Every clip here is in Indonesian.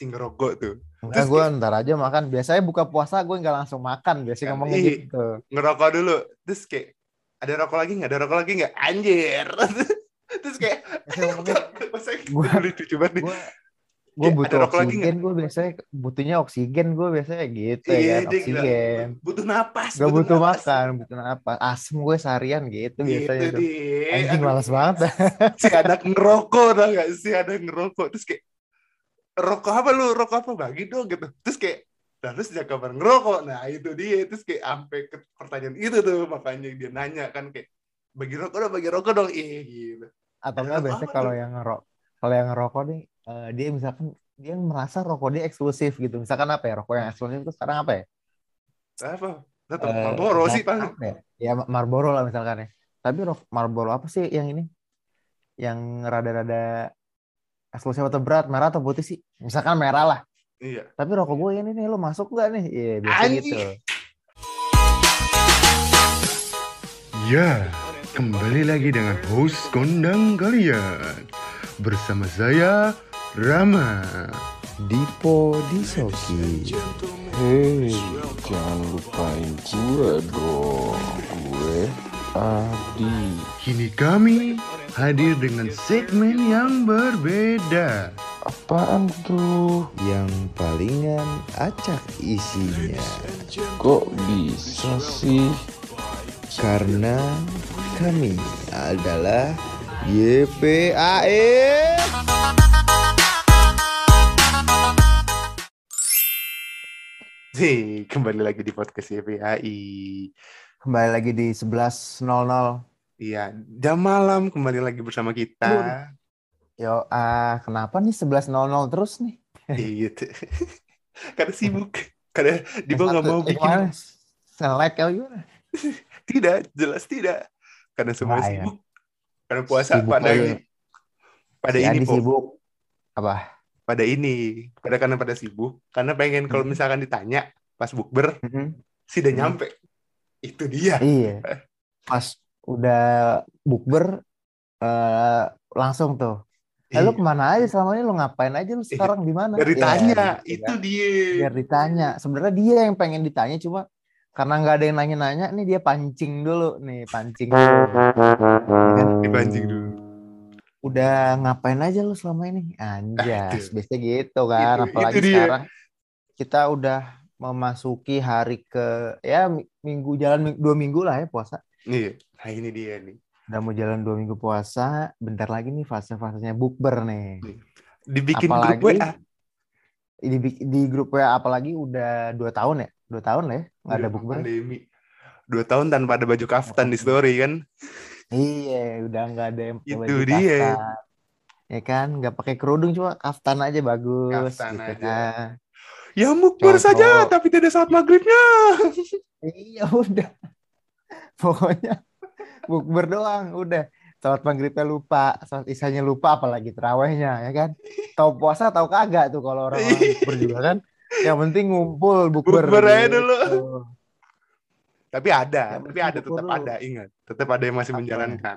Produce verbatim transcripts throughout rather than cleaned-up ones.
ngerokok tuh. Enggak, Terus gue kayak, ntar aja makan. Biasanya buka puasa gue nggak langsung makan. Biasanya kan, ngomongnya ih, gitu. ngerokok dulu. Terus kayak, ada rokok lagi nggak? Ada rokok lagi nggak? Anjir. Terus kayak, Biasanya ngomongnya masa gue dulu lucu banget nih. gue gue Kayak, ada butuh rokok lagi nggak? oksigen. Gue biasanya butuhnya oksigen. Gue biasanya gitu ya Iya, kan, dia gila. oksigen. Butuh napas, Gak butuh butuh napas. makan, butuh apa? Asem gue seharian gitu Gitu biasanya tuh. deh. Anjing Aduh. malas banget. Si anak ngerokok, tau gak? Si anak ngerokok. Terus kayak, rokok apa lu? Rokok apa? Bagi dong gitu. Terus kayak, nah lu sejak kapan ngerokok? Nah itu dia. Terus kayak sampai ke pertanyaan itu tuh. Makanya dia nanya kan kayak, bagi rokok dong, bagi rokok dong. Ih gitu. Atau Ada enggak rokok biasanya apa kalau tuh? yang ngerok, kalau yang ngerokok nih, eh, dia misalkan dia merasa rokok dia eksklusif gitu. Misalkan apa ya? Rokok yang eksklusif itu sekarang apa ya? Apa? Satu, Eh, Marlboro sih misalkan paling. apa ya? Ya Marlboro lah misalkan ya. Tapi rok Marlboro apa sih yang ini? Yang rada-rada eksklusif atau berat, merah atau putih sih? Misalkan merah lah. Iya. Tapi rokok gue ini nih, lo masuk nggak nih? Iya, biasa gitu. Anjing. Ya, kembali lagi dengan host kondang kalian. Bersama saya, Rama. Dipo Disoki. Hei, jangan lupain gue dong. Gue Adi. Kini kami hadir dengan segmen yang berbeda. Apaan tuh? Yang palingan acak isinya. Kok bisa sih? Karena kami adalah Y P A E. Nih, kembali lagi di podcast Y P A I. Kembali lagi di sebelas nol nol. Iya, jam malam kembali lagi bersama kita. Yo, ah kenapa nih sebelas nol nol terus nih? Iya, gitu. Karena sibuk. Karena di Yang bawah nggak satu, mau eh, bikin. kemana? Selek ya gimana? Tidak, jelas tidak. Karena semua Wah, ya. sibuk. Karena puasa Sibuk pada aja. ini. Pada Si ini, Adi Po. sibuk. Apa? Pada ini. Pada karena pada sibuk. Karena pengen kalau Hmm. misalkan ditanya pas bukber, Hmm. sih udah Hmm. nyampe. Itu dia. Iya. Pas udah bukber eh, langsung tuh. Eh, lu Iya. kemana aja selama ini? Lu ngapain aja? Lu sekarang di mana? Dari Ya, tanya, gitu itu kan. dia. Biar ditanya. Sebenarnya dia yang pengen ditanya, cuma karena nggak ada yang nanya-nanya, nih dia pancing dulu nih, pancing dulu. Ya kan? Dipancing dulu. Udah ngapain aja lu selama ini? Anjas, Aduh. biasanya gitu kan. Itu, Apalagi itu dia. sekarang kita udah memasuki hari ke ya minggu jalan dua minggu lah ya puasa. Nih, nah ini dia nih. Udah mau jalan dua minggu puasa, bentar lagi nih fase-fasenya bukber nih. Dibikin Apalagi grup W A. di, di grup W A apalagi udah dua tahun ya, dua tahun lah ya nggak ada Udah bukber. pandemi. Dua tahun tanpa ada baju kaftan di story kan. Iya, udah nggak ada yang pakai Itu baju dia. kaftan, ya kan? Nggak pakai kerudung, cuma kaftan aja bagus, Kaftan gitu aja. kan. Ya mukber saja, Cowok-cowok. tapi tidak saat maghribnya. Iya udah, pokoknya bukber doang, udah. Salat maghribnya lupa, salat isanya lupa, apalagi terawihnya, ya kan? Tahu puasa, tahu kagak tuh kalau orang-orang bukber juga kan? Yang penting ngumpul bukber Bukber aja gitu. dulu. Tapi ada, Yang tapi penting ada bukber tetap dulu. ada, ingat. Tetap ada yang masih Apanya? menjalankan.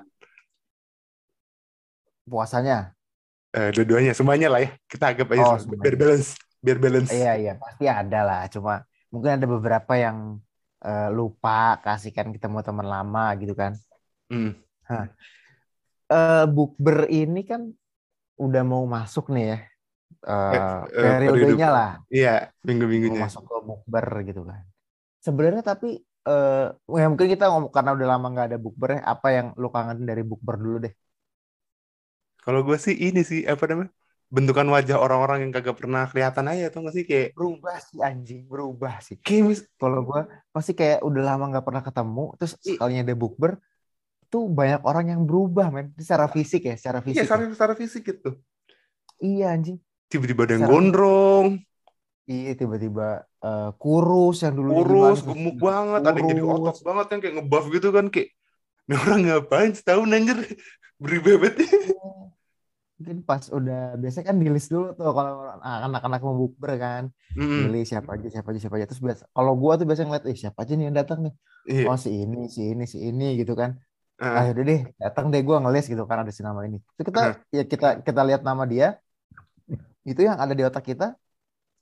Puasanya. Eh, dua-duanya, semuanya lah ya. Kita anggap aja Oh, semua. Biar semuanya. balance, biar balance. Iya, iya, pasti ada lah. Cuma mungkin ada beberapa yang eh, lupa kasihkan ketemu teman lama gitu kan. Hmm. Hah. Eh, bukber ini kan udah mau masuk nih ya. Eh, Eh, eh, periodenya periode- lah. Iya, Mau minggu-minggunya. masuk ke bukber gitu kan. Sebenarnya tapi eh ya mungkin kita ngomong karena udah lama nggak ada bukber ya, apa yang lu kangen dari bukber dulu deh? Kalau gue sih ini sih, apa namanya? Bentukan wajah orang-orang yang kagak pernah kelihatan aja, atau nggak sih? Kayak, Berubah sih anjing, berubah sih. kayak mis- Kalau gua pasti kayak udah lama nggak pernah ketemu, terus I- sekalinya ada bukber tuh banyak orang yang berubah men, secara fisik ya, secara iya, fisik. secara, ya. secara fisik gitu. Iya anjing. Tiba-tiba ada yang Secara- gondrong, Iya tiba-tiba eh, kurus yang dulunya kurus, gimana, gemuk terus banget, ada yang jadi kurus. otot banget kan, kayak ngebuff gitu kan, kayak ini orang ngapain setahun anjir berubah banget. Mungkin pas udah biasanya kan di list dulu tuh kalau anak-anak mau bukber kan, Mm-mm. milih siapa aja siapa aja siapa aja terus biasa kalau gua tuh biasanya ngeliat eh siapa aja nih yang datang nih, Iya. oh si ini si ini si ini gitu kan, Ah, ah yaudah deh datang deh gua ngelis gitu kan ada si nama ini, terus kita Ah. ya kita kita lihat nama dia itu yang ada di otak kita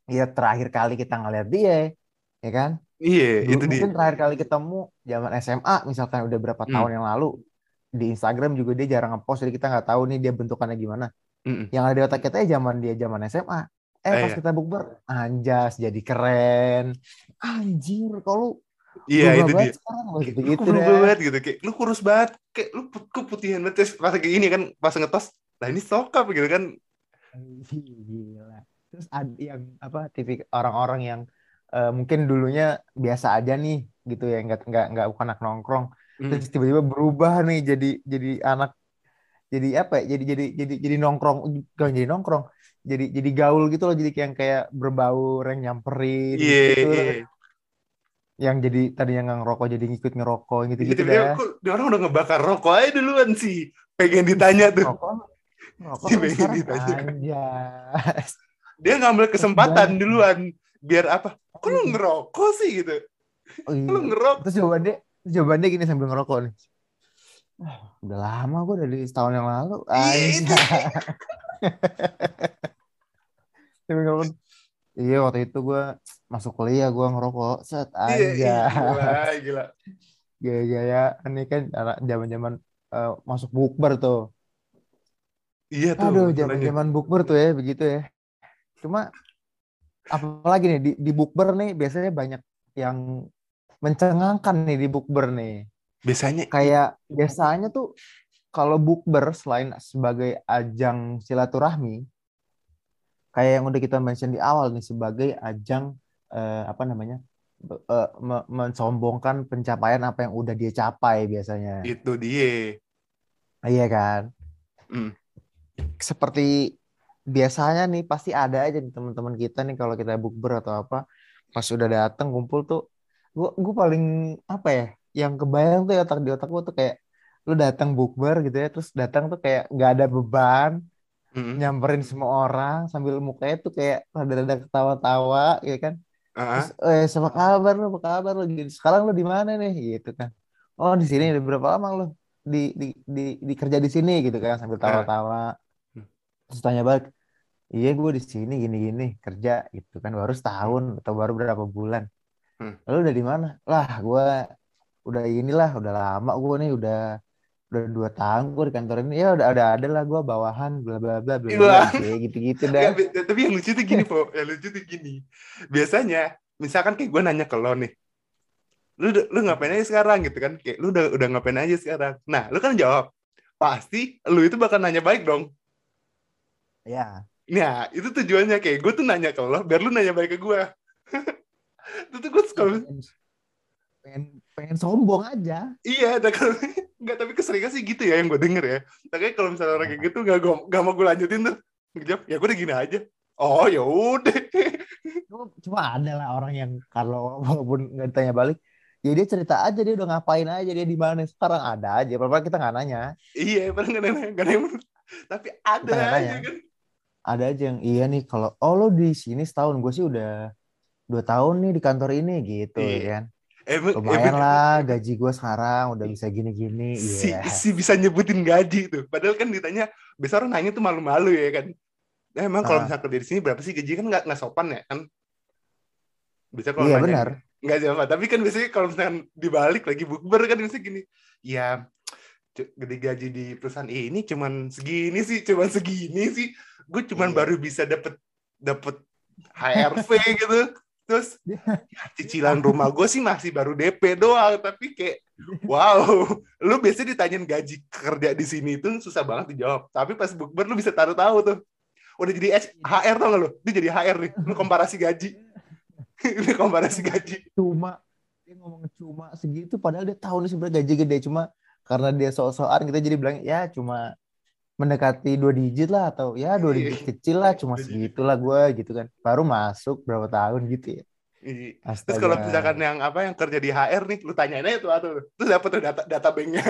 ya terakhir kali kita ngeliat dia, ya kan? Iya, Dulu itu dia. mungkin terakhir kali ketemu zaman S M A misalkan udah berapa Hmm. tahun yang lalu. Di Instagram juga dia jarang ngepost, jadi kita nggak tahu nih dia bentukannya gimana. Mm-mm. Yang ada di otak kita ya zaman dia zaman S M A. Eh Ah, pas iya. kita bukber, anjas jadi keren. Anjir, kalau Iya, berubah itu dia. banget sekarang Kayak, lu gitu-gitu kok berubah dah. banget gitu, kayak lu kurus banget, kayak lu put- kok putihan banget. Terus pas kayak gini kan, pas ngetos, lah ini sokap gitu kan. Gila. Terus ada yang apa tipik orang-orang yang eh, mungkin dulunya biasa aja nih gitu ya, nggak nggak nggak bukan anak nongkrong. Mm. Terus tiba-tiba berubah nih jadi jadi anak, jadi apa ya? Jadi jadi jadi jadi nongkrong, gak jadi nongkrong. Jadi jadi gaul gitu loh, jadi kayak yang kayak berbaur, yang nyamperin Iya, gitu-gitu. iya. Yang jadi tadi yang nggak ngerokok jadi ngikut ngerokok Iya, gitu-gitu tiba-tiba dah. kok dia orang udah ngebakar rokok aja duluan sih. Pengen ditanya tuh. Ngerokok, ngerokok Si lu pengen sekarang ditanya. anjas. Dia ngambil Tapi kesempatan banyak. duluan. Biar apa? Kok lu Iya. ngerokok sih gitu? Oh Kok lu iya. ngerokok? Terus jawabannya, terus jawabannya gini sambil ngerokok nih. "Ah, udah lama gue dari setahun yang lalu. Iya, itu. Anjay. Sambil ngerokok. Iya waktu itu gue masuk kuliah gue ngerokok. Set Iya, anjay. gila, gila. Gaya-gaya ini kan anak zaman-zaman eh, masuk bukber tuh. Iya tuh, Aduh masalahnya. zaman-zaman bukber tuh ya begitu ya. Cuma apalagi nih di, di bukber nih biasanya banyak yang mencengangkan nih di bukber nih. Biasanya, Kayak biasanya tuh kalau bukber selain sebagai ajang silaturahmi, kayak yang udah kita mention di awal nih sebagai ajang eh, apa namanya be- eh, me- mensombongkan pencapaian apa yang udah dia capai biasanya. itu dia. Iya kan? Hmm. Seperti biasanya nih pasti ada aja nih teman-teman kita nih kalau kita bukber atau apa pas udah datang kumpul tuh gua gua paling apa ya yang kebayang tuh ya otak di otak gua tuh kayak lu datang bukber gitu ya terus datang tuh kayak nggak ada beban Hmm. nyamperin semua orang sambil mukanya tuh kayak rada-rada ketawa-tawa ya kan terus Ah, eh sama kabar lu apa kabar lu gitu sekarang lu di mana nih gitu kan oh di sini udah berapa lama lu di di di, di kerja di sini gitu kan sambil ah. tawa-tawa terus tanya balik iya gue di sini gini-gini kerja gitu kan baru Hmm. setahun atau baru berapa bulan Hmm. lalu udah di mana lah gue udah inilah udah lama gue nih udah udah dua tahun gue di kantor ini ya udah ada ada lah gue bawahan bla bla bla bla bla Iya. kayak gitu gitu dah Nggak, be- tapi yang lucu tuh gini, Po. Yang lucu tuh gini. Biasanya, misalkan kayak gue nanya ke lo nih, lu udah- lu ngapain aja sekarang gitu kan? Kayak lu udah udah ngapain aja sekarang? Nah, lu kan jawab, pasti lu itu bakal nanya baik dong. ya Nah, itu tujuannya kayak gue tuh nanya ke lo, biar lu nanya baik ke gue. Itu tuh gue ya kalau pengen pengen pengen sombong aja iya, ada kalau nggak tapi keseringan sih gitu ya yang gue denger ya. Tapi kalau misalnya orang kayak gitu nggak gue nggak mau gue lanjutin tuh, ngejawab ya gue udah gini aja. Oh ya udah. cuma, cuma ada lah orang yang kalau walaupun nggak ditanya balik ya dia cerita aja dia udah ngapain aja dia di mana sekarang ada aja padahal kita nggak nanya Iya, padahal nggak nanya, nggak nanya. Tapi ada kita nggak nanya aja kan. ada aja yang iya nih kalau oh lo di sini setahun gue sih udah dua tahun nih di kantor ini gitu ya Iya. kan Emang, lumayan emang lah gaji gue sekarang udah bisa gini-gini si iya si bisa nyebutin gaji tuh. Padahal kan ditanya, biasa orang nanya tuh malu-malu ya kan. Ya, emang kalau ah, misalnya kerja di sini berapa sih gaji kan nggak nggak sopan ya kan? Bisa kalau iya nanya benar nggak siapa. Tapi kan biasanya kalau misalkan dibalik lagi bukber kan biasanya gini. Ya cu- gede gaji di perusahaan ini cuman segini sih, cuman segini sih. Gue cuman iya baru bisa dapet dapet H R V gitu. Terus ya, cicilan rumah gue sih masih baru D P doang, tapi kayak wow, lu biasanya ditanyain gaji kerja di sini itu susah banget dijawab. Tapi pas bukber lu bisa tahu-tahu tuh. Udah jadi H- HR tau gak lu? Dia jadi H R nih. Lu komparasi gaji. Ini komparasi gaji. cuma dia ngomong cuma segitu padahal dia tahu nih sebenarnya gaji gede cuma karena dia sok-sokan kita jadi bilang ya cuma mendekati dua digit lah atau ya dua digit kecil lah cuma segitulah gue gitu kan baru masuk berapa tahun gitu ya Iya. Terus kalau misalkan astaga yang apa yang kerja di H R nih, lu tanyain aja tuh atau terus dapat tuh data data banknya.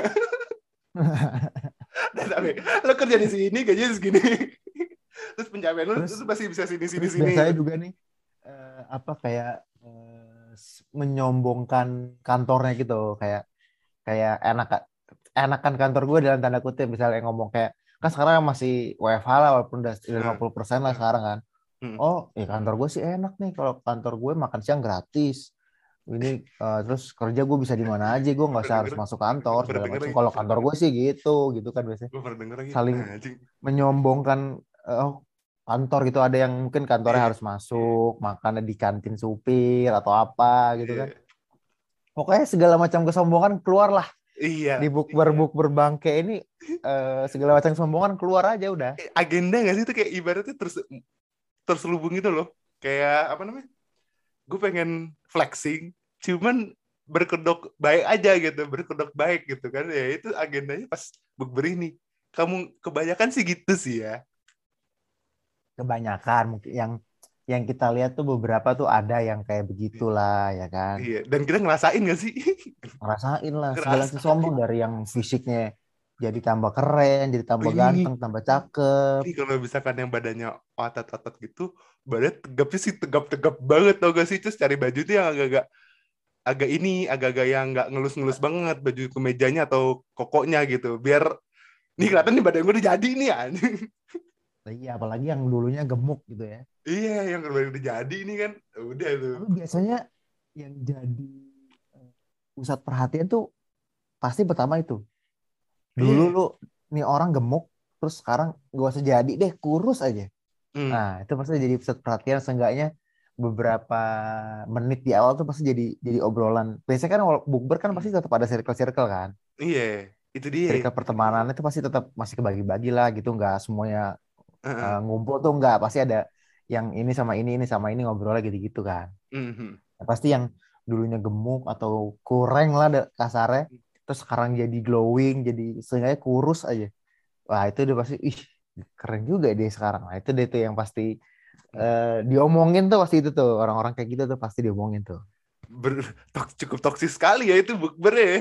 Data bank. Lu kerja di sini gajinya segini. Terus pencapaian lu terus itu pasti bisa sini sini terus sini. biasanya juga nih eh, apa kayak eh, s- menyombongkan kantornya gitu kayak kayak enak enakan kantor gue dalam tanda kutip misalnya ngomong kayak kan sekarang masih W F H lah walaupun udah lima Nah, puluh persen lah sekarang kan Hmm. Oh, ya kantor gue sih enak nih. Kalau kantor gue makan siang gratis. Ini eh, terus kerja gue bisa di mana aja. Gue nggak Pernah usah harus denger, masuk kantor pernah segala denger macam. lagi, Kalau pernah kantor denger. gue sih gitu, gitu kan biasanya. Gue pernah denger lagi. Saling Anjing. menyombongkan eh, oh, kantor gitu. Ada yang mungkin kantornya Iya, harus masuk, makannya di kantin supir atau apa gitu kan. iya, Pokoknya segala macam kesombongan keluar lah iya. di bukber-bukber bangke ini. eh, segala macam kesombongan keluar aja udah. Eh, Agenda nggak sih itu kayak ibaratnya terus terselubung gitu loh. Kayak apa namanya? Gue pengen flexing, cuman berkedok baik aja gitu, berkedok baik gitu kan. Ya itu agendanya pas bukber ini. Kamu kebanyakan sih gitu sih ya. Kebanyakan mungkin yang yang kita lihat tuh beberapa tuh ada yang kayak begitulah ya kan. Iya, dan kita ngerasain gak sih? Ngerasain lah segala Ngerasain. macam sombong dari yang fisiknya jadi tambah keren, jadi tambah Ini, ganteng, tambah cakep. ini kalau misalkan yang badannya otot-otot gitu, badannya tegapnya sih tegap-tegap banget tau gak sih? Terus cari baju tuh yang agak-agak agak ini, agak-agak yang nggak ngelus-ngelus banget baju kemejanya atau kokonya gitu. Biar nih kelihatan nih badan gue udah jadi nih anjing. Iya, apalagi yang dulunya gemuk gitu ya. Iya, yang badan udah jadi ini kan. Udah tuh. Tapi biasanya yang jadi eh, pusat perhatian tuh pasti pertama itu. Dulu Iya. lu nih orang gemuk, terus sekarang gak usah jadi deh, kurus aja. Hmm. Nah, itu pasti jadi pusat perhatian seenggaknya beberapa menit di awal tuh pasti jadi jadi obrolan. Biasanya kan kalau bukber kan pasti tetap ada circle-circle kan. Iya, itu dia. Circle pertemanan itu pasti tetap masih kebagi-bagi lah gitu, nggak semuanya Heeh. uh, ngumpul tuh nggak, pasti ada yang ini sama ini, ini sama ini ngobrol lagi gitu kan. Mhm. Nah, pasti yang dulunya gemuk atau kurang lah da- kasarnya, terus sekarang jadi glowing, jadi seenggaknya kurus aja. Wah itu udah pasti, ih keren juga dia sekarang. Nah itu deh tuh yang pasti uh, diomongin tuh pasti itu tuh orang-orang kayak gitu tuh pasti diomongin tuh. Ber- tok- cukup toksis sekali ya itu bukber ya.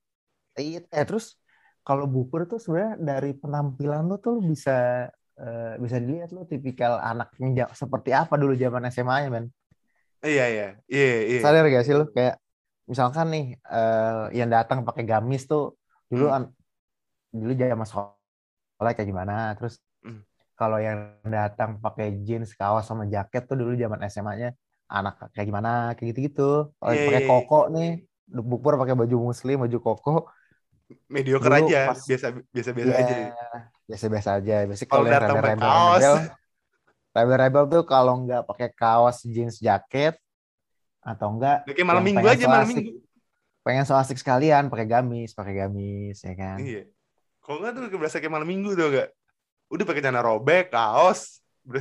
Eh, eh terus kalau bukber tuh sebenarnya dari penampilan lu tuh lu bisa eh, bisa dilihat lu tipikal anak yang ja- seperti apa dulu zaman S M A-nya, men. Iya, iya, iya, iya. Sadar gak sih lu kayak misalkan nih eh, yang datang pakai gamis tuh dulu Hmm. an- dulu zaman sekolah kayak gimana, terus Hmm. kalau yang datang pakai jeans, kaos sama jaket tuh dulu zaman S M A-nya anak kayak gimana, kayak gitu-gitu. Kalau Iya, pakai iya, koko nih, bukber pakai baju muslim, baju koko, mediocre dulu aja, pas biasa biasa biasa ya aja. biasa-biasa aja. Biasanya Kalau kalau yang datang rada pakai kaos, rebel-rebel, rebel-rebel tuh kalau nggak pakai kaos jeans jaket atau enggak kayak malam yang minggu pengen aja, so malam asik, minggu. pengen so asik sekalian pakai gamis, pakai gamis ya kan. Iya. Kalau nggak tuh berasa kayak malam minggu tuh gak? Udah pakai celana robek, kaos.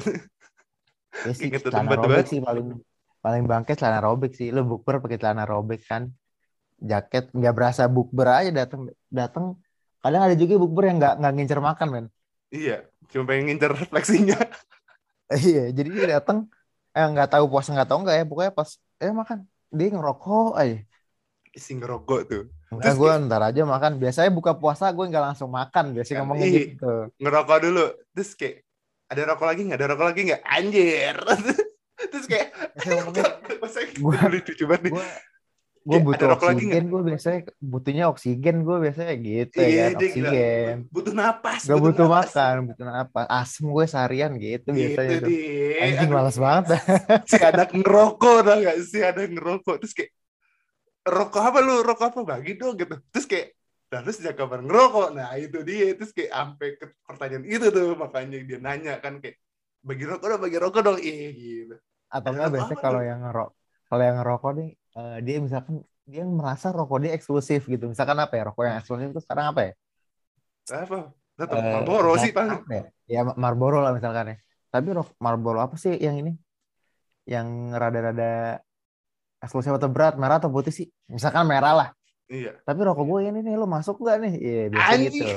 Ya sih Ingat tuh celana tempat robek banget. sih paling paling bangke celana robek sih. Lu bukber pakai celana robek kan, jaket nggak berasa bukber aja, datang datang. Kadang ada juga bukber yang nggak nggak ngincer makan, men. Iya, cuma pengen ngincer refleksinya. Iya, jadi dia datang eh nggak tahu puasa nggak tahu nggak ya, pokoknya pas eh makan dia ngerokok aja. Si ngerokok tuh. Enggak, Terus gue ntar aja makan. Biasanya buka puasa gue nggak langsung makan. Biasanya kan, ngomongnya ih, gitu. ngerokok dulu. Terus kayak ada rokok lagi nggak? Ada rokok lagi nggak? Anjir. Terus kayak Biasanya ngomongnya masa gue lucu coba nih. gue gue Kayak, butuh ada rokok lagi oksigen. nggak? Gue biasanya butuhnya oksigen. Gue biasanya gitu Iya, ya kan, dia gila. oksigen. Butuh napas, Gak butuh butuh napas. makan, butuh apa? Asem gue seharian gitu biasanya Gitu tuh. deh. Anjing Aduh. malas banget. Si ada ngerokok tau gak sih, ada ngerokok. Terus kayak, rokok apa lu? Rokok apa? Bagi dong gitu. Terus kayak, nah, terus sejak kapan ngerokok? Nah itu dia. Terus kayak sampai ke pertanyaan itu tuh. Makanya dia nanya kan kayak, bagi rokok dong, bagi rokok dong. Ih gitu. Atau Ada enggak rokok biasanya apa kalau tuh? yang ngerok, kalau yang ngerokok nih eh, dia misalkan dia merasa rokok dia eksklusif gitu. Misalkan apa ya, rokok yang eksklusif itu sekarang apa ya? Apa? Tetap Eh, Marlboro sih misalkan paling. apa ya? Ya Marlboro lah misalkan ya. Tapi rok Marlboro apa sih yang ini? Yang rada-rada eksklusif atau berat, merah atau putih sih? Misalkan merah lah. Iya. Tapi rokok gue ini nih, lu masuk gak nih? Iya biasa Anjing. gitu.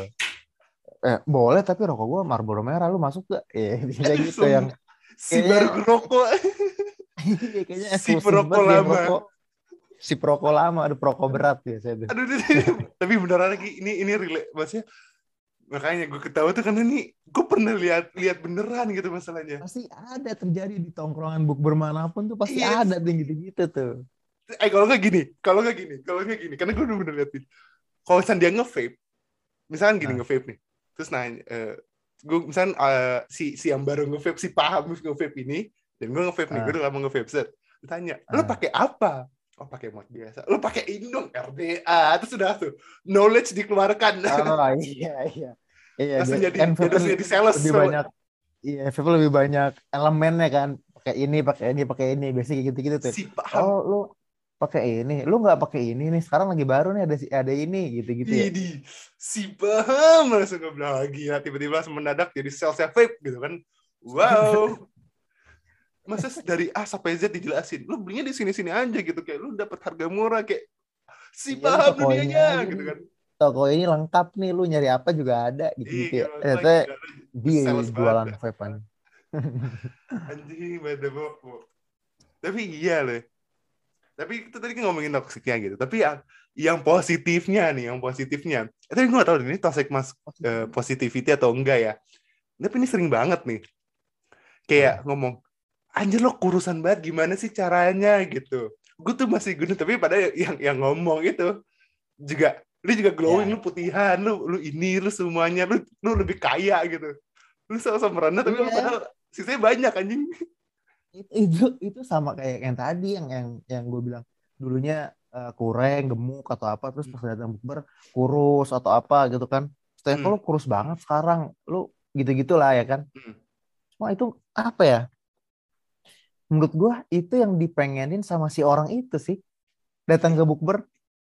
Eh boleh, tapi rokok gue Marlboro merah, lu masuk gak? Iya biasa Aduh, gitu yang si kayaknya baru ngerokok. iya, kayaknya Si eksklusif perokok banget dia lama. merokok. Si perokok lama, ada perokok berat biasanya tuh. Aduh, aduh, aduh. Tapi beneran lagi ini ini relate maksudnya. Makanya gue ketawa tuh karena nih gue pernah lihat lihat beneran gitu masalahnya. Pasti ada terjadi di tongkrongan bukber manapun tuh pasti Iya. ada tuh gitu-gitu tuh. Eh kalau nggak gini, kalau nggak gini, kalau nggak gini, karena gue udah bener lihat video. Kalau misalnya dia nge-vape, misalkan gini Nah. nge-vape nih, terus nanya, uh, gue misalkan uh, si si yang baru nge-vape, si paham nge-vape ini, Dan gue nge-vape nih, Ah. gue udah lama nge-vape set. Ditanya, lo Ah. pakai apa? Oh pakai mod biasa. Lo pakai ini dong R D A. Terus sudah tuh knowledge dikeluarkan. Oh iya iya. Iya Langsung dia- jadi kan ya vape langsung jadi sales. lebih So, banyak. Iya, vape lebih banyak elemennya kan. Pakai ini, pakai ini, pakai ini, biasanya kayak gitu-gitu tuh. si paham. Oh, lu pakai ini, lu nggak pakai ini nih. Sekarang lagi baru nih ada si- ada ini gitu-gitu ya. Ini si paham langsung gue bilang lagi ya tiba-tiba langsung mendadak jadi sales vape gitu kan. Wow. Masa dari A sampai Z dijelasin. Lu belinya di sini-sini aja gitu kayak lu dapat harga murah kayak si Iya, lu paham tokonya dunianya aja gitu nih. kan. Toko ini lengkap nih, lu nyari apa juga ada gitu-gitu Iya, ya. gila, Ternyata gila, lu dia sales jualan banget. vape-an. Anjing banget bobo. Tapi iya loh. Tapi itu tadi kan ngomongin toksiknya gitu. Tapi yang yang positifnya nih, yang positifnya. Eh, tapi gue gak tahu ini toxic mas eh, positivity atau enggak ya. Tapi ini sering banget nih. Kayak ngomong, anjir lo kurusan banget, gimana sih caranya gitu. Gue tuh masih gendut, tapi pada yang yang ngomong itu juga, lu juga glowing, Ya. lu putihan, lu lu ini, lu semuanya, lu lu lebih kaya gitu. Lu sama-sama merendah, tapi lu Iya. padahal sisanya banyak anjing. It- itu itu sama kayak yang tadi yang yang yang gue bilang dulunya eh, kurang gemuk atau apa terus pas datang bukber kurus atau apa gitu kan. Stefan Hmm. lu kurus banget sekarang, lu gitu-gitulah ya kan. Hmm. Wah itu apa ya? Menurut gue itu yang dipengenin sama si orang itu sih, datang ke bukber.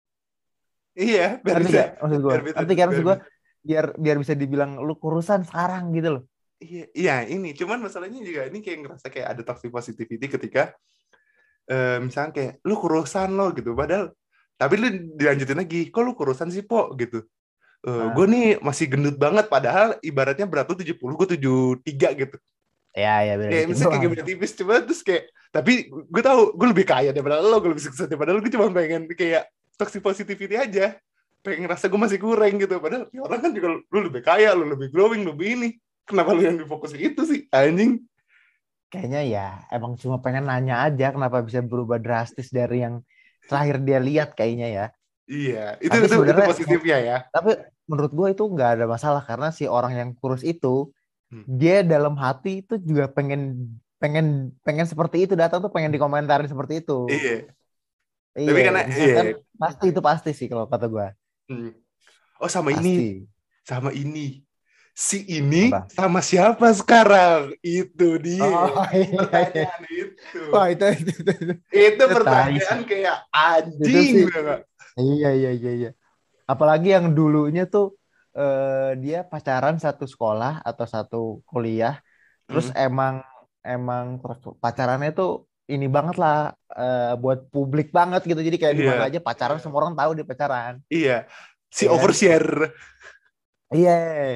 Iya, biar Ngerti bisa. gak maksud gue? biar bisa- Ngerti kan maksud biar gue? Biar biar bisa dibilang lu kurusan sekarang gitu loh. Iya, iya ini. Cuman masalahnya juga ini kayak ngerasa kayak ada toxic positivity ketika eh, misalnya kayak lu kurusan lo gitu. Padahal tapi lu dilanjutin lagi, kok lu kurusan sih po gitu. Eh, Ah. Gue nih masih gendut banget. Padahal ibaratnya berat lu tujuh puluh, gue tujuh puluh tiga gitu. Ya ya beda Kayak dikit misalnya kayak doang. beda tipis. Cuma terus kayak, tapi gue tahu gue lebih kaya daripada lo, gue lebih sukses daripada lo. Gue cuma pengen kayak toxic positivity aja. Pengen ngerasa gue masih kurang gitu. Padahal ya orang kan juga lu lebih kaya, lu lebih glowing, lu lebih ini. Kenapa lu yang difokusin itu sih? Anjing. Kayaknya ya emang cuma pengen nanya aja kenapa bisa berubah drastis dari yang terakhir dia lihat kayaknya ya. Iya, itu Tapi itu, itu sebenarnya- positifnya ya. Tapi menurut gue itu nggak ada masalah karena si orang yang kurus itu Hmm. dia dalam hati itu juga pengen pengen pengen seperti itu, datang tuh pengen dikomentarin seperti itu. Iya. Iya, Tapi karena- misalkan iya. pasti itu pasti sih kalau kata gue. Hmm. Oh sama ini, Pasti. sama ini. Si ini Apa? sama siapa sekarang? Itu dia. Oh iya, iya. Pertanyaan itu. Wah itu itu, itu, itu. Itu itu pertanyaan tai kayak Itu anjing. sih. Bener nggak? Iya iya iya iya. Apalagi yang dulunya tuh eh, dia pacaran satu sekolah atau satu kuliah, terus Hmm. emang emang pacarannya tuh ini banget lah eh, buat publik banget gitu. Jadi kayak di Iya. mana aja pacaran semua orang tahu dia pacaran. Iya. Si Iya. overshare. Iya.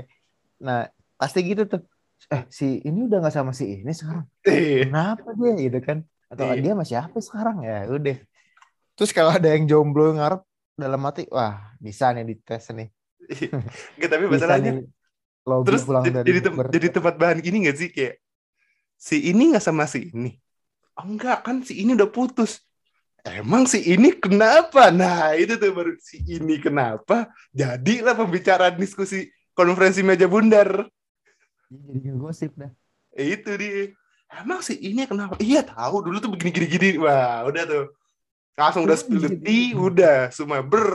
Nah pasti gitu tuh. Eh si ini udah nggak sama si ini sekarang. Iya. Kenapa dia gitu kan? Atau Iya. dia masih apa sekarang ya? Udah. Terus kalau ada yang jomblo ngarep dalam hati, wah bisa nih dites nih. Nggak, tapi Bisa masalahnya nih lobby terus pulang jadi dari jadi, tem- bukber. jadi tempat bahan gini nggak sih kayak si ini nggak sama si ini. Oh, enggak kan si ini udah putus. Emang si ini kenapa? Nah itu tuh baru si ini kenapa? Jadilah pembicaraan diskusi konferensi meja bundar. Jadi ngegosip dah. Eh, itu dia. Emang si ini kenapa? Iya tahu dulu tuh begini gini gini. Wah udah tuh langsung udah spill the tea, udah semua ber.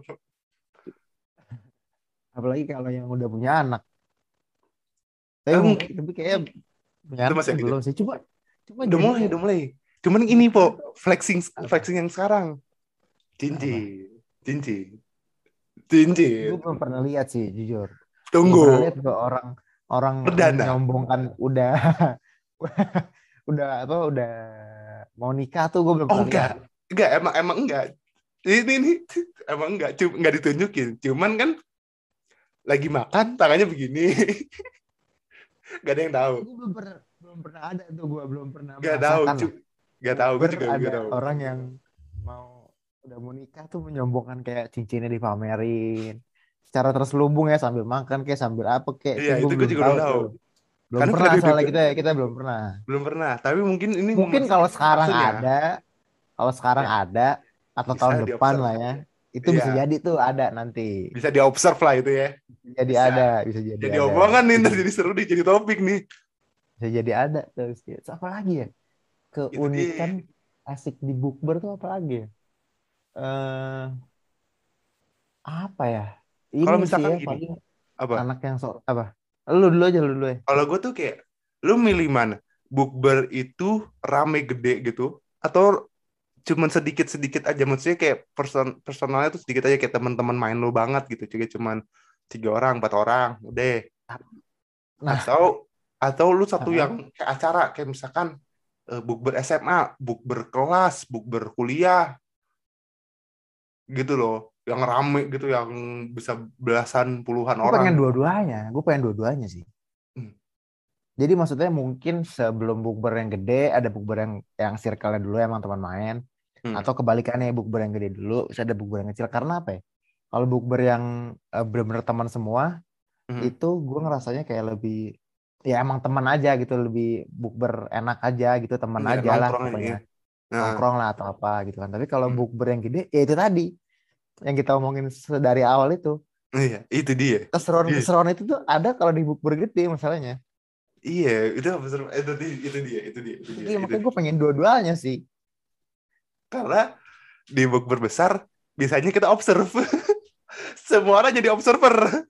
Apalagi kalau yang udah punya anak. Tapi, Eh, mungkin, tapi kayaknya punya Itu anak masih sih gitu. belum sih. Cuma, cuma Udah jadi- mulai, udah mulai. Cuman ini po flexing flexing yang sekarang. Cincin, cincin, cincin. Gue belum pernah lihat sih jujur. Belum pernah Tunggu. lihat juga orang orang Perdana. menyombongkan udah udah apa udah mau nikah tuh gue belum Oh pernah enggak, lihat. enggak emang emang enggak. Ini nih emang enggak, cuma enggak ditunjukin. Cuman kan lagi makan tangannya begini. Gak ada yang tahu. Gue belum pernah belum pernah ada tuh gue belum pernah Gak tahu, merasakan. cu- gak tahu. Gue Ber- juga ada gak tahu. orang yang mau udah mau nikah tuh menyombongkan kayak cincinnya dipamerin secara terselubung ya sambil makan kayak sambil apa kayak Iya, itu gua gue juga belum tahu. tuh. Belum Karena pernah kita di- soalnya kita kita belum pernah. Belum pernah. Tapi mungkin ini Mungkin maksudnya- kalau sekarang maksudnya, ada, kalau sekarang Ya. ada atau Bisa tahun depan diobserv. lah ya, itu Iya. bisa jadi tuh ada nanti. bisa diobserv lah itu ya. Jadi Bisa. ada, bisa jadi. Jadi ada. omongan nih, ntar jadi seru nih, jadi topik nih. Bisa jadi ada terus. Terus apa lagi ya? keunikan asik di bukber tuh apa lagi ya? Eh, apa ya? Kalau Ini sih misalkan ya gini, paling apa? anak yang sok apa? Lu dulu aja lu dulu ya. Kalau gue tuh kayak, lu milih mana? Bukber itu rame gede gitu, atau cuman sedikit-sedikit aja? Maksudnya kayak person personalnya tuh sedikit aja, kayak teman-teman main lu banget gitu, kayak cuman tiga orang, empat orang, udah. Nah, Atau atau lu satu heeh. yang kayak acara, kayak misalkan eh, bukber S M A, bukber kelas, bukber kuliah, gitu loh, yang rame gitu, yang bisa belasan puluhan Gue pengen orang. dua-duanya, gue pengen dua-duanya sih. Hmm. Jadi maksudnya mungkin sebelum bukber yang gede ada bukber yang yang circle-nya dulu emang teman main, Hmm. atau kebalikannya bukber yang gede dulu, bisa ada bukber yang kecil. Karena apa ya? Kalau bukber yang uh, benar-benar teman semua, Hmm. itu gue ngerasanya kayak lebih ya emang teman aja gitu, lebih bukber enak aja gitu, teman Iya, aja lah nongkrong aja ya. pokoknya, Nah, nongkrong lah atau apa gitu kan. Tapi kalau hmm. bukber yang gede ya itu tadi yang kita omongin dari awal itu, Iya, itu dia. keseruan Iya, keseruan itu tuh ada kalau di bukber gede masalahnya. iya, itu apa seru- itu dia, itu dia, itu dia, itu dia, Iya, itu makanya dia. gue pengen dua-duanya sih. Karena di bukber besar biasanya kita observe. Semua orang jadi observer.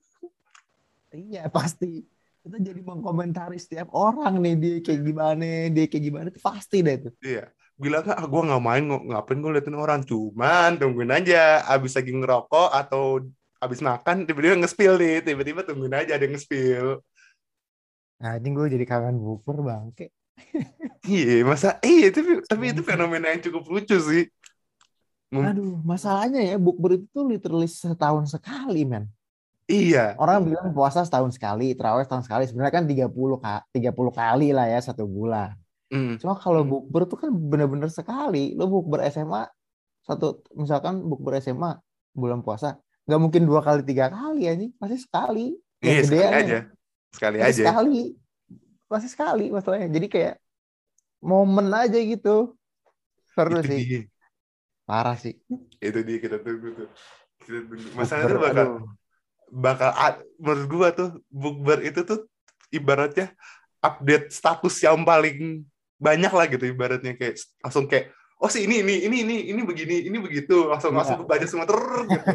Iya pasti. Kita jadi mengkomentari setiap orang nih, dia kayak gimana, dia kayak gimana, itu pasti deh itu. Iya. Bilang ah gue nggak main, ng- ngapain gue liatin orang, cuman tungguin aja abis lagi ngerokok atau abis makan tiba-tiba nge-spill nih, tiba-tiba tungguin aja ada yang nge-spill. Nah, ini gue jadi kangen bukber bangke. Iya, masa iya tapi tapi itu fenomena yang cukup lucu sih. Mem- Aduh, masalahnya ya bukber itu tuh literally setahun sekali, men. Iya, Orang bilang puasa setahun sekali, tarawih setahun sekali. Sebenarnya kan tiga puluh ka- tiga puluh kali lah ya satu bulan. mm, Cuma kalau bukber tuh kan bener-bener sekali. Lo bukber S M A satu, misalkan bukber S M A bulan puasa, nggak mungkin dua kali tiga kali ya nih, pasti sekali. Yang iya sekali gedeannya aja, ya, sekali pasti aja. sekali, pasti sekali masalahnya. Jadi kayak momen aja gitu, seru Itu sih, dia, parah sih. itu dia kita tunggu tuh. Kita tunggu. Masalah Bukber, itu bakal aduh. bakal a- menurut gua tuh bukber itu tuh ibaratnya update status yang paling banyak lah gitu, ibaratnya kayak langsung kayak oh sih ini ini ini ini ini begini ini begitu, langsung Ya. langsung kebaca semua terus gitu.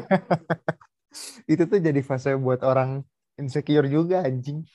Itu tuh jadi fase buat orang insecure juga anjing.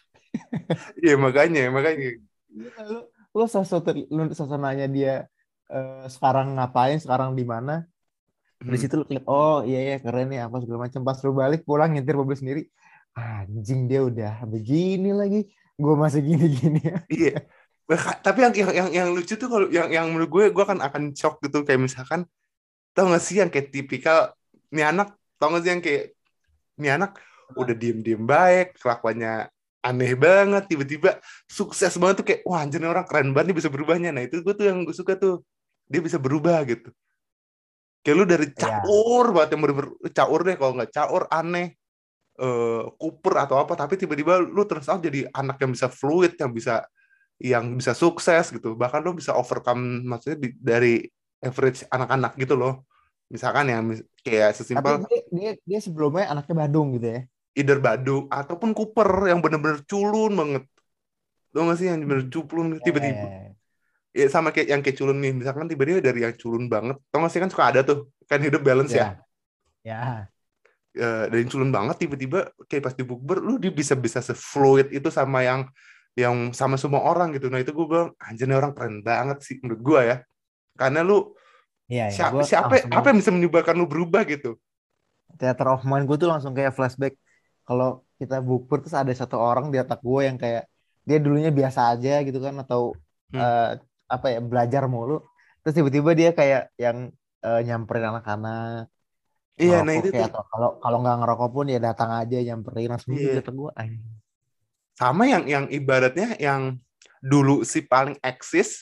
Iya makanya makanya Iya, lu lu sosok ter- lu sosok nanya dia eh, sekarang ngapain, sekarang di mana. Di hmm. situ lu klik, oh iya ya keren ya apa segala macam. Pas lu balik pulang nyetir mobil sendiri, anjing dia udah begini lagi, gue masih gini-gini ya. Iya. Baka- tapi yang yang yang, yang lucu tuh kalau yang yang menurut gue gue akan akan shock gitu, kayak misalkan tau gak sih yang kayak tipikal nih anak, tau gak sih yang kayak nih anak udah diem-diem baik, kelakuannya aneh banget, tiba-tiba sukses banget tuh, kayak wah anjir nih orang keren banget, dia bisa berubahnya. Nah itu gue tuh yang gue suka tuh, dia bisa berubah gitu. Kayak lu dari Iya. caur banget, yang bener-bener caur deh, kalau nggak caur aneh, eh, kuper atau apa, tapi tiba-tiba lu terus out jadi anak yang bisa fluid, yang bisa yang bisa sukses gitu, bahkan lu bisa overcome, maksudnya di, dari average anak-anak gitu loh. Misalkan yang mis- kayak Tapi sesimpel dia, dia dia sebelumnya anaknya Badung gitu ya. either Badung ataupun Cooper yang bener-bener culun banget. Tau gak sih yang bener culun tiba-tiba. Eh, Ya sama kayak yang kayak culun nih, misalkan tiba-tiba dari yang culun banget, tau gak sih kan suka ada tuh kan hidup balance ya. ya. Ya. Eh, dari yang culun banget tiba-tiba kayak pas di bukber lu dia bisa bisa se-fluid itu sama yang yang sama semua orang gitu. Nah itu gue bilang anjir nih orang keren banget sih menurut gue ya. Karena lu Iya, ya, siapa gue siapa langsung apa yang bisa menyebabkan lu berubah gitu. theater of mind gue tuh langsung kayak flashback. Kalau kita bukber terus ada satu orang di otak gue yang kayak dia dulunya biasa aja gitu kan, atau Hmm. eh, apa ya belajar mulu, terus tiba-tiba dia kayak yang eh, nyamperin anak-anak Iya, nah ngerokok itu kayak, tuh. atau kalau kalau nggak ngerokok pun ya datang aja nyamperin langsung gitu di Iya. otak gue. Ay. Sama yang yang ibaratnya yang dulu si paling eksis,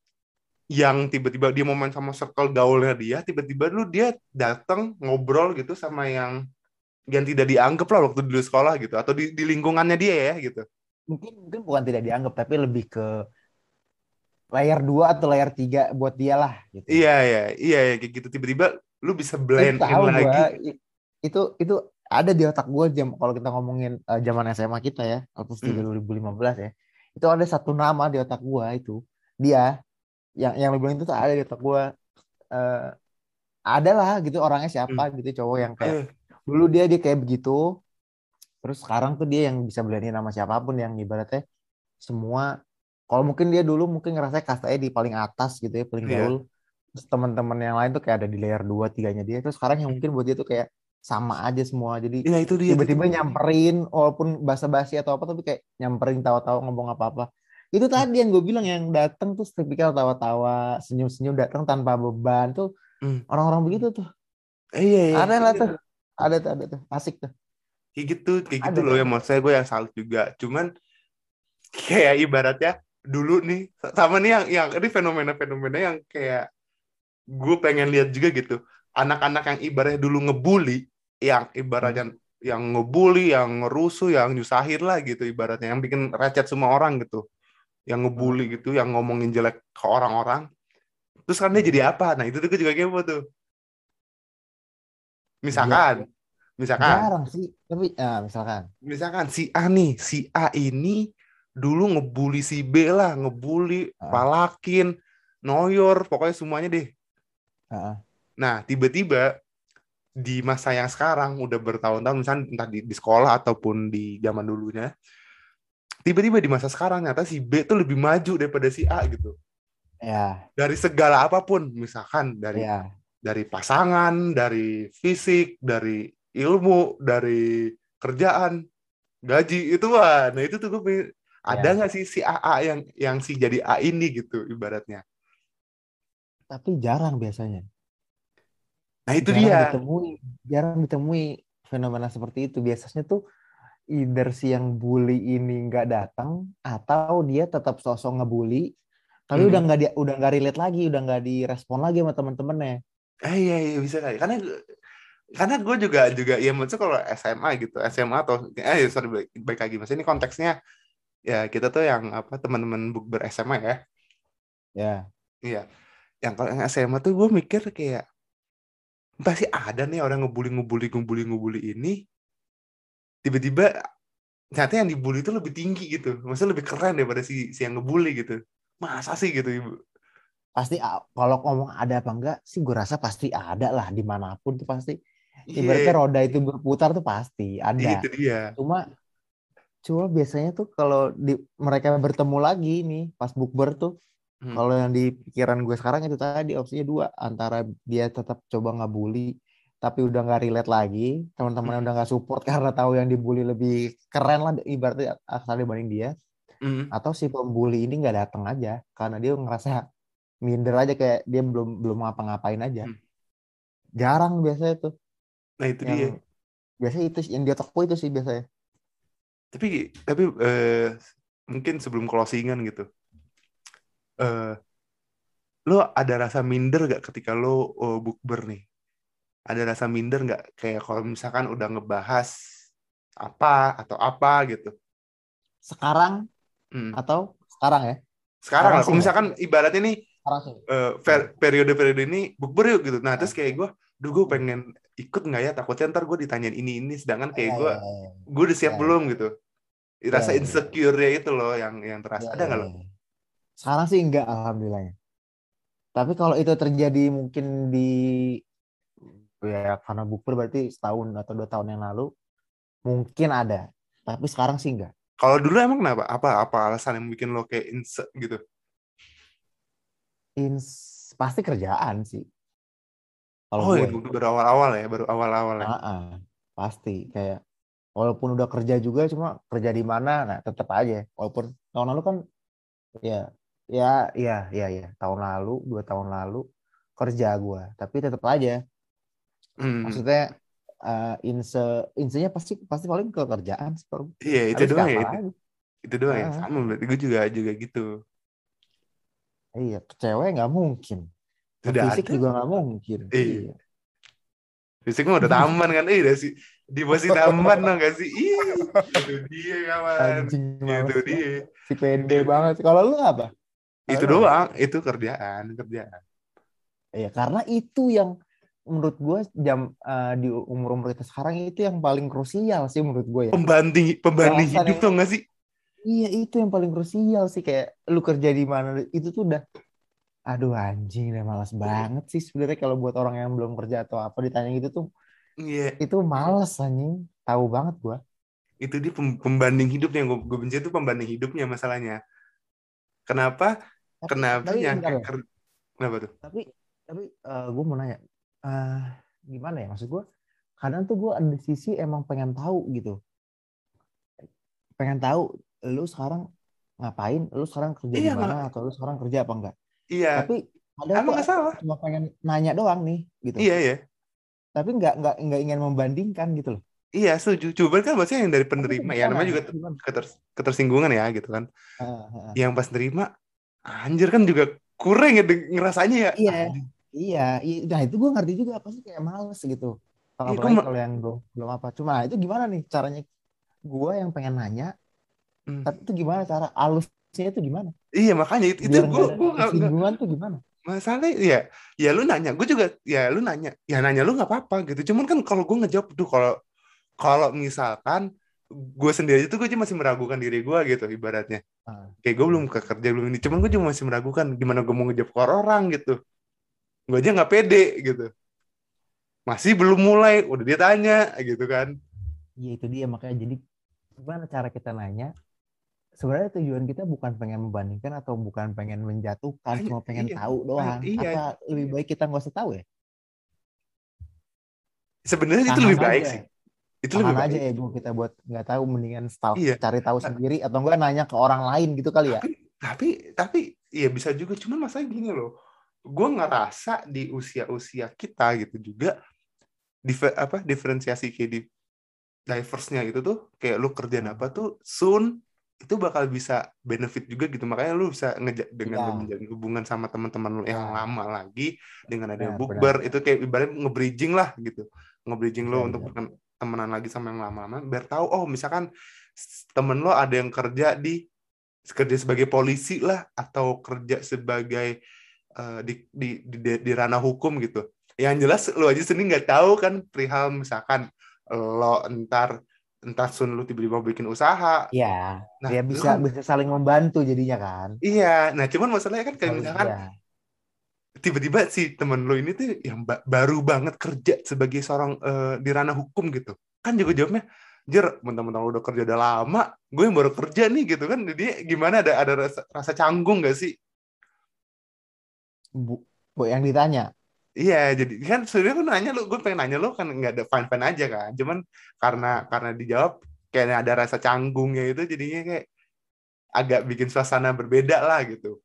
yang tiba-tiba dia mau main sama circle gaulnya dia, tiba-tiba lu dia datang ngobrol gitu sama yang yang tidak dianggap lah waktu dulu sekolah gitu, atau di, di lingkungannya dia ya gitu. Mungkin mungkin bukan tidak dianggap, tapi lebih ke layer dua atau layer tiga buat dia lah gitu. Iya iya iya iya, kayak gitu tiba-tiba lu bisa Itu blend in tahu gue, lagi. itu itu ada di otak gue jam kalau kita ngomongin uh, zaman S M A kita ya, atau Hmm. dua ribu lima belas ya. Itu ada satu nama di otak gue itu. Dia yang yang lu bilang itu tuh ada di otak gue. Eh, ada lah gitu orangnya Hmm. siapa gitu cowok yang kayak Eh, dulu dia dia kayak begitu, terus sekarang tuh dia yang bisa berani nama siapapun yang ibaratnya semua. Kalau mungkin dia dulu mungkin ngerasa kastanya di paling atas gitu ya, paling iya. gaul. Terus teman-teman yang lain tuh kayak ada di layer dua tiganya dia. Terus sekarang yang mungkin buat dia tuh kayak sama aja semua. Jadi Iya itu dia itu tiba-tiba dia. nyamperin walaupun basa-basi atau apa tapi kayak nyamperin tawa-tawa ngomong apa-apa. Itu tadi yang gue bilang yang datang tuh tipikal tawa-tawa, senyum-senyum datang tanpa beban tuh Hmm. orang-orang begitu tuh. Eh, iya iya. Ada lah Iya. tuh. Ada tuh, ada tuh. Asik tuh. Kayak gitu, kayak gitu Ada loh tuh. yang maksud saya gue yang salut juga. Cuman kayak ibaratnya dulu nih sama nih yang yang ini fenomena-fenomena yang kayak gue pengen lihat juga gitu. Anak-anak yang ibaratnya dulu ngebully, yang ibaratnya yang ngebully, yang ngerusuh, yang nyusahin lah gitu ibaratnya, yang bikin recet semua orang gitu. Yang ngebully gitu, yang ngomongin jelek ke orang-orang. Terus kan dia jadi apa? Nah, itu tuh gue juga kepo tuh. Ya, Misalkan, misalkan, jarang sih. Tapi ah, misalkan. misalkan si A nih, si A ini dulu ngebully si B lah, ngebully, Ah, palakin, noyor, pokoknya semuanya deh. ah, Nah, tiba-tiba di masa yang sekarang udah bertahun-tahun misalnya entah di, di sekolah ataupun di zaman dulunya, tiba-tiba di masa sekarang ternyata si B tuh lebih maju daripada si A gitu. ya, Dari segala apapun, misalkan dari ya, dari pasangan, dari fisik, dari ilmu, dari kerjaan, gaji itu wah. Nah, itu tuh gue pengen, ada ya. nggak sih si A A yang yang si jadi A ini gitu ibaratnya. Tapi jarang biasanya. Nah, itu Jarang dia. ditemui. Jarang ditemui fenomena seperti itu. Biasanya tuh either si yang bully ini nggak datang atau dia tetap sosok ngebully tapi udah Mhm. nggak dia udah nggak relate lagi, udah nggak direspon lagi sama teman-temannya. Eh, iya, iya bisa kali. Karena karena gue juga juga ya maksudnya kalau S M A gitu, S M A atau eh sorry baik, baik lagi maksudnya ini konteksnya ya kita tuh yang apa teman-teman bukber S M A ya. Ya, Iya. Yang kalau yang S M A tuh gue mikir kayak pasti ada nih orang ngebully ngebully ngebully ngebully ini tiba-tiba ternyata yang dibully itu lebih tinggi gitu. Maksudnya lebih keren daripada si si yang ngebully gitu. Masa sih gitu, Ibu? pasti a- kalau ngomong ada apa enggak sih gue rasa pasti ada lah dimanapun tuh pasti. Ibaratnya Iya, roda itu berputar tuh pasti ada. itu dia. Cuma cuma biasanya tuh kalau di mereka bertemu lagi nih pas bukber tuh, Hmm. kalau yang di pikiran gue sekarang itu tadi opsinya dua, antara dia tetap coba ngebully tapi udah nggak relate lagi, teman-temannya Hmm. udah nggak support karena tahu yang dibully lebih keren lah ibaratnya asal dibanding dia, Hmm. atau si pembuli ini nggak datang aja karena dia ngerasa minder aja kayak dia belum belum ngapa-ngapain aja. Hmm. Jarang biasanya tuh Nah, itu dia. yang biasanya itu yang di otakku itu sih biasanya. Tapi tapi eh, mungkin sebelum closingan gitu. Eh, lo ada rasa minder gak ketika lo oh, bukber nih? Ada rasa minder nggak kayak kalau misalkan udah ngebahas apa atau apa gitu? Sekarang Hmm. atau sekarang ya? Sekarang Sekarang lah, sih kalau enggak. misalkan ibaratnya nih Sekarang sih. eh, per- periode-periode ini bukber yuk gitu. Nah, Ah. terus kayak gue, duh gue pengen ikut nggak ya? Takutnya ntar gue ditanyain ini ini, sedangkan kayak Ya, gue, ya, ya. gue udah siap Ya, belum gitu. Rasa ya, ya. insecure-nya itu loh yang yang terasa. Ya, Ada ya, nggak lo? ya. Sekarang sih enggak alhamdulillahnya. Tapi kalau itu terjadi mungkin di ya karena bukber berarti setahun atau dua tahun yang lalu mungkin ada. Tapi sekarang sih enggak. Kalau dulu emang kenapa? Apa apa alasan yang bikin lo kayak insecure gitu? Ins pasti kerjaan sih. Kalau Oh ya, gue. baru awal-awal ya, baru awal-awal ya. Ah, ah, pasti kayak walaupun udah kerja juga cuma kerja di mana nah tetap aja walaupun tahun lalu kan ya ya ya ya ya tahun lalu dua tahun lalu kerja gue tapi tetap aja Hmm. maksudnya uh, inse insenya pasti pasti paling ke kerjaan sih kalau Iya, itu habis doang ya apa itu. lagi. Itu doang ya. Ah, Sama berarti gue juga juga gitu. iya ke cewek nggak mungkin ke Sudah fisik ada. juga nggak mungkin. Iya. Iya. Fisik mah udah taman kan. Eh, udah sih di posisi taman dong gak sih? Ih, itu dia kawan. Anjing Itu males dia. banget. Si pede banget kalau lu apa? Kalau Itu lu apa? doang, itu kerjaan, kerjaan. Ya karena itu yang menurut gue jam uh, di umur-umur kita sekarang itu yang paling krusial sih menurut gue ya. Pembanding pembanding Bahasan hidup yang tuh gak sih? iya itu yang paling krusial sih kayak lu kerja di mana itu tuh udah Aduh anjing deh, malas banget sih sebenarnya kalau buat orang yang belum kerja atau apa ditanya gitu tuh, Iya, itu males anjing. Tahu banget gua. itu dia pem- pembanding hidupnya yang gue, gue benci itu pembanding hidupnya masalahnya. Kenapa? Tapi Kenapa tapi bentar nyangka ya. ker- kenapa tuh? Tapi tapi gue mau nanya, eh gimana ya maksud gue? Kadang tuh gue ada di sisi emang pengen tahu gitu, pengen tahu lu sekarang ngapain, lu sekarang kerja di Iya, mana, nggak- atau lu sekarang kerja apa enggak. iya. Tapi kadang Emang tuh nggak salah. cuma pengen nanya doang nih gitu. Iya, iya. Tapi nggak nggak nggak ingin membandingkan gitu loh. Iya, setuju. Cuman kan maksudnya yang dari Tapi itu penerima, ya gimana? namanya juga Itu gimana? keter- ketersinggungan ya gitu kan. Ah, ah, ah. Yang pas nerima, anjir kan juga kurang ya deng- ngerasanya ya. Iya, Anjir. iya, iya. Nah itu gue ngerti juga pasti kayak males gitu. Iya, gue Apalagi ma- kalau yang belum belum apa. Cuma itu gimana nih caranya? Gue yang pengen nanya, Hmm. tapi itu gimana cara alusnya itu gimana? Iya, makanya itu, itu Biar gue nggak ada gue nggak nggak- kesinggungan tuh gimana? masalah ya. Ya lu nanya, gue juga ya lu nanya, ya nanya lu nggak apa-apa gitu. Cuman kan kalau gue ngejawab tuh kalau kalau misalkan gue sendiri itu gue aja masih meragukan diri gue gitu ibaratnya. Ah, Kayak gue belum kerja belum ini, cuman gue cuma masih meragukan gimana gue mau ngejawab ke orang gitu. Gue aja nggak pede gitu. Masih belum mulai, udah dia tanya gitu kan. iya itu dia makanya jadi gimana cara kita nanya? Sebenarnya tujuan kita bukan pengen membandingkan atau bukan pengen menjatuhkan, Hanya, cuma pengen iya, tahu doang. iya. Apa lebih baik kita nggak usah tahu ya? Sebenarnya itu Tahan lebih baik aja, sih. Itu tahan lebih aja baik. ego kita buat nggak tahu, mendingan tahu, Iya. cari tahu sendiri atau enggak nanya ke orang lain gitu kali ya. Tapi tapi tapi ya bisa juga. Cuman masalah gini loh. Gue ngerasa di usia-usia kita gitu juga difer, apa diferensiasi kayak di diverse-nya itu tuh kayak lu kerjaan Hmm. apa tuh soon itu bakal bisa benefit juga gitu. Makanya lu bisa ngeja dengan Iya. lu menjalin hubungan sama teman-teman lu yang Ya. lama lagi dengan ada Benar, bukber benar. itu kayak ibarat nge-bridging lah gitu. Nge-bridging Bisa, lu untuk bisa. berken- temenan lagi sama yang lama-lama biar tahu oh misalkan s- temen lo ada yang kerja di kerja sebagai polisi lah atau kerja sebagai eh, di, di, di di ranah hukum gitu. Yang jelas lu aja sendiri nggak tahu kan perihal misalkan lo entar entar sun lu tiba-tiba bikin usaha. Iya, Nah, ya lu bisa kan bisa saling membantu jadinya kan. iya. Nah, cuman masalahnya kan kayak Saling, misalkan ya. tiba-tiba si temen lu ini tuh yang ba- baru banget kerja sebagai seorang eh, di ranah hukum gitu. Kan juga jawabnya, "Jer, mentang-mentang lu udah kerja udah lama, gue yang baru kerja nih," gitu kan. Jadi gimana ada ada rasa, rasa canggung gak sih? Bu, bu yang ditanya. Iya, jadi kan sebenarnya gue nanya lu, gue pengen nanya lu kan nggak ada fine-fine aja kan. Cuman karena karena dijawab kayak ada rasa canggungnya itu jadinya kayak agak bikin suasana berbeda lah gitu.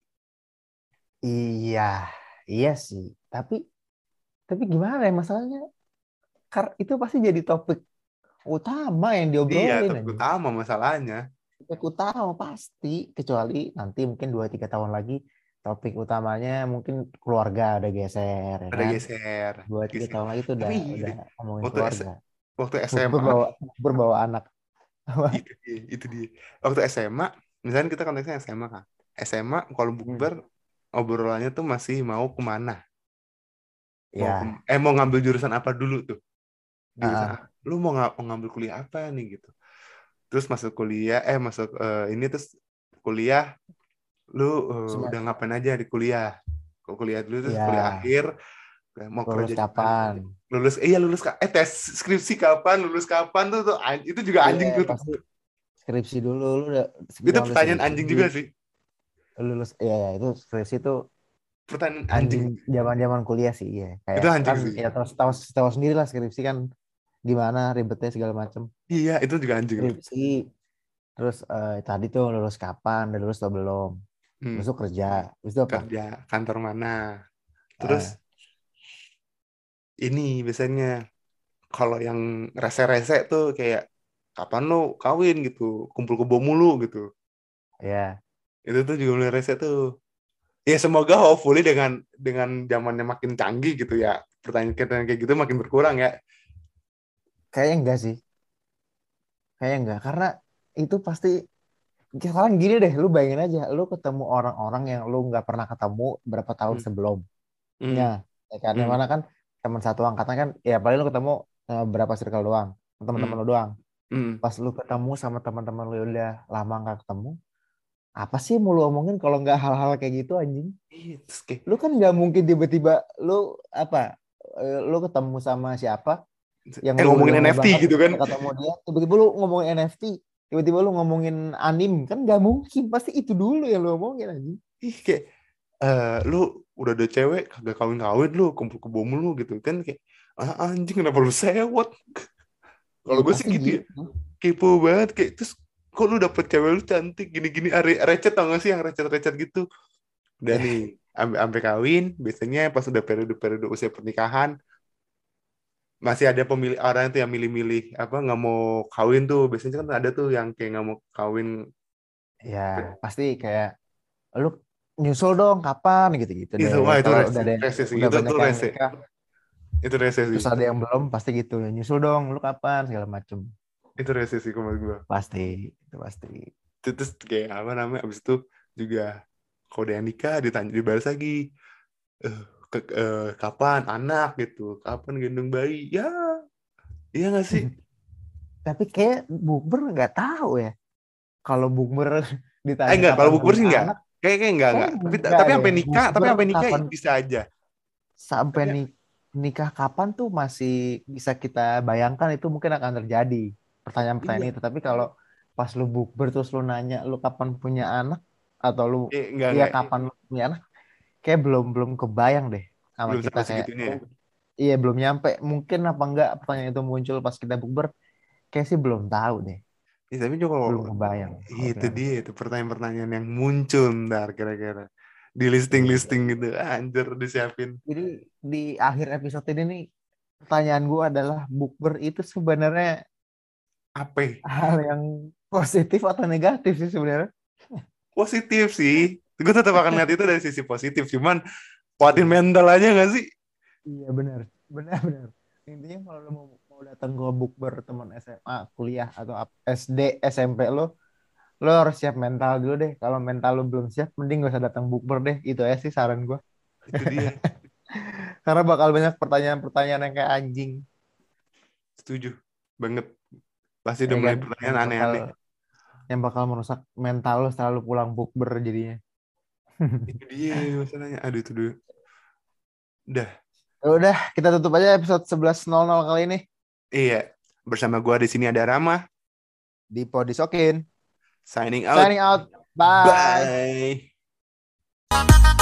Iya, iya sih. Tapi tapi gimana ya masalahnya? Kar itu pasti jadi topik utama yang Iya, diobrolin tapi aja. utama masalahnya. Topik utama pasti, kecuali nanti mungkin dua tiga tahun lagi topik utamanya mungkin keluarga udah geser ya Ada kan. geser. dua tiga geser. tahun lagi tuh udah Tapi udah ngomongin waktu S, keluarga. waktu S M A Berbawa berbawa anak. itu dia, itu dia. Waktu S M A, misalnya kita konteksnya S M A kan. S M A kalau bukber obrolannya tuh masih mau kemana? Mau Ya. ke- eh mau ngambil jurusan apa dulu tuh? Jurusan Ah, apa? Lu mau, nga- mau ngambil kuliah apa nih gitu? Terus masuk kuliah, eh masuk eh, ini terus kuliah, lu eh, Sem- udah ngapain aja di kuliah? Kok kuliah dulu terus Ya. kuliah akhir, mau Lulus kerja di mana? kapan? Lulus, eh, iya lulus ka- eh tes skripsi kapan? Lulus kapan tuh tuh an- itu juga anjing Iya, tuh. pasti skripsi dulu lu udah Itu jangan lu pertanyaan skripsi. anjing juga sih. Lulus ya, ya itu skripsi tuh Pertanyaan anjing. anjing zaman-zaman kuliah sih ya. Kayak Itu anjing kan sih. ya tahu tahu tahu sendiri lah skripsi kan gimana ribetnya segala macam. Iya, itu juga anjing. Skripsi terus eh, tadi tuh lulus kapan, udah lulus atau belum? Hmm. Besok kerja. Terus itu apa? Kerja kantor mana? Terus ini biasanya kalau yang rese-rese tuh kayak kapan lu kawin gitu, kumpul kebo mulu gitu. Ya. Itu tuh juga mulai rese tuh. Ya semoga hopefully dengan dengan zamannya makin canggih gitu ya. Pertanyaan-pertanyaan kayak gitu makin berkurang ya. Kayaknya enggak sih. Kayaknya enggak karena itu pasti sekarang gini deh, lu bayangin aja, lu ketemu orang-orang yang lu nggak pernah ketemu berapa tahun Hmm. sebelumnya, Hmm. ya kan? Yang Hmm. mana kan teman satu angkatan kan, ya paling lu ketemu eh, berapa circle doang, teman-teman Hmm. lu doang. Hmm. Pas lu ketemu sama teman-teman lu udah lama nggak ketemu, Apa sih mau lu omongin kalau nggak hal-hal kayak gitu anjing? Iya, terus kayak Lu kan nggak mungkin tiba-tiba lu apa? eh, Lu ketemu sama siapa yang eh lu udah ngomongin lama N F T banget gitu kan. nggak ketemu dia, tiba-tiba lu ngomongin N F T, tiba-tiba lu ngomongin anim, kan nggak mungkin, pasti itu dulu yang lu omongin anjing. Ih kayak eh lu udah ada cewek kagak kawin-kawin lu kumpul kebo mulu gitu kan kayak ah, anjing kenapa lu sewot. Kalau Iya gue sih pasti gitu ya. gitu. Kepo banget kayak terus kok lu dapet cewek lu cantik gini-gini ah, re- recet tau gak sih yang recet-recet gitu. Udah nih sampai sampai kawin biasanya pas udah periode-periode usia pernikahan masih ada pemilih orang itu yang milih-milih apa nggak mau kawin tuh biasanya kan ada tuh yang kayak nggak mau kawin Ya pasti kayak lu nyusul dong kapan gitu-gitu itu deh. wah itu Kalau rese udah ada rese sih udah itu banyak tuh yang rese nikah, itu rese sih terus ada yang belum, pasti gitu. Nyusul dong, lu kapan segala macem. itu rese sih kalau gue Pasti, itu pasti. itu terus kayak apa namanya abis itu juga kalau udah yang nikah ditanya dibalas lagi eh, ke, eh, kapan anak gitu kapan gendong bayi ya iya nggak sih Tapi kayak bukber nggak tahu ya. Kalau bukber eh ditanya enggak kalau kapan bukber punya sih enggak anak, kayak kayak enggak kayak enggak tapi enggak tapi deh. sampai nikah tapi Bukber sampai nikah kapan, bisa aja sampai tapi nik nikah kapan tuh masih bisa kita bayangkan, itu mungkin akan terjadi pertanyaan-pertanyaan iya itu. Tapi kalau pas lu bukber terus lu nanya lu kapan punya anak, atau lu eh, enggak ya enggak kapan lu punya anak, kayak belum belum kebayang deh sama belum kita. sampai Kayak segitunya ya. oh, iya belum nyampe, mungkin apa enggak pertanyaan itu muncul pas kita bukber, kayak sih belum tahu deh, Ya, tapi juga kalau belum kebayang kalau itu punya anak. dia itu pertanyaan-pertanyaan yang muncul ntar kira-kira di Iya. listing-listing gitu anjir disiapin Jadi di akhir episode ini nih, pertanyaan gue adalah bukber itu sebenarnya apa hal yang positif atau negatif sih sebenarnya? positif sih gue tetap akan lihat itu dari sisi positif cuman kuatin mental aja nggak sih Iya benar, benar benar. Intinya kalau lo mau mau datang ke bukber teman S M A, kuliah atau ap- S D, S M P lo, lo harus siap mental dulu deh. Kalau mental lo belum siap, mending gak usah datang bukber deh. Itu aja sih saran gue. itu dia Karena bakal banyak pertanyaan-pertanyaan yang kayak anjing, setuju banget pasti udah ya mulai kan? Yang pertanyaan bakal aneh-aneh yang bakal merusak mental lo setelah lo pulang bukber jadinya. itu dia masalahnya aduh itu dulu udah Ya udah, kita tutup aja episode sebelas nol nol kali ini. iya bersama gua di sini ada Rama Di Podisokin. signing out Signing out. Bye. bye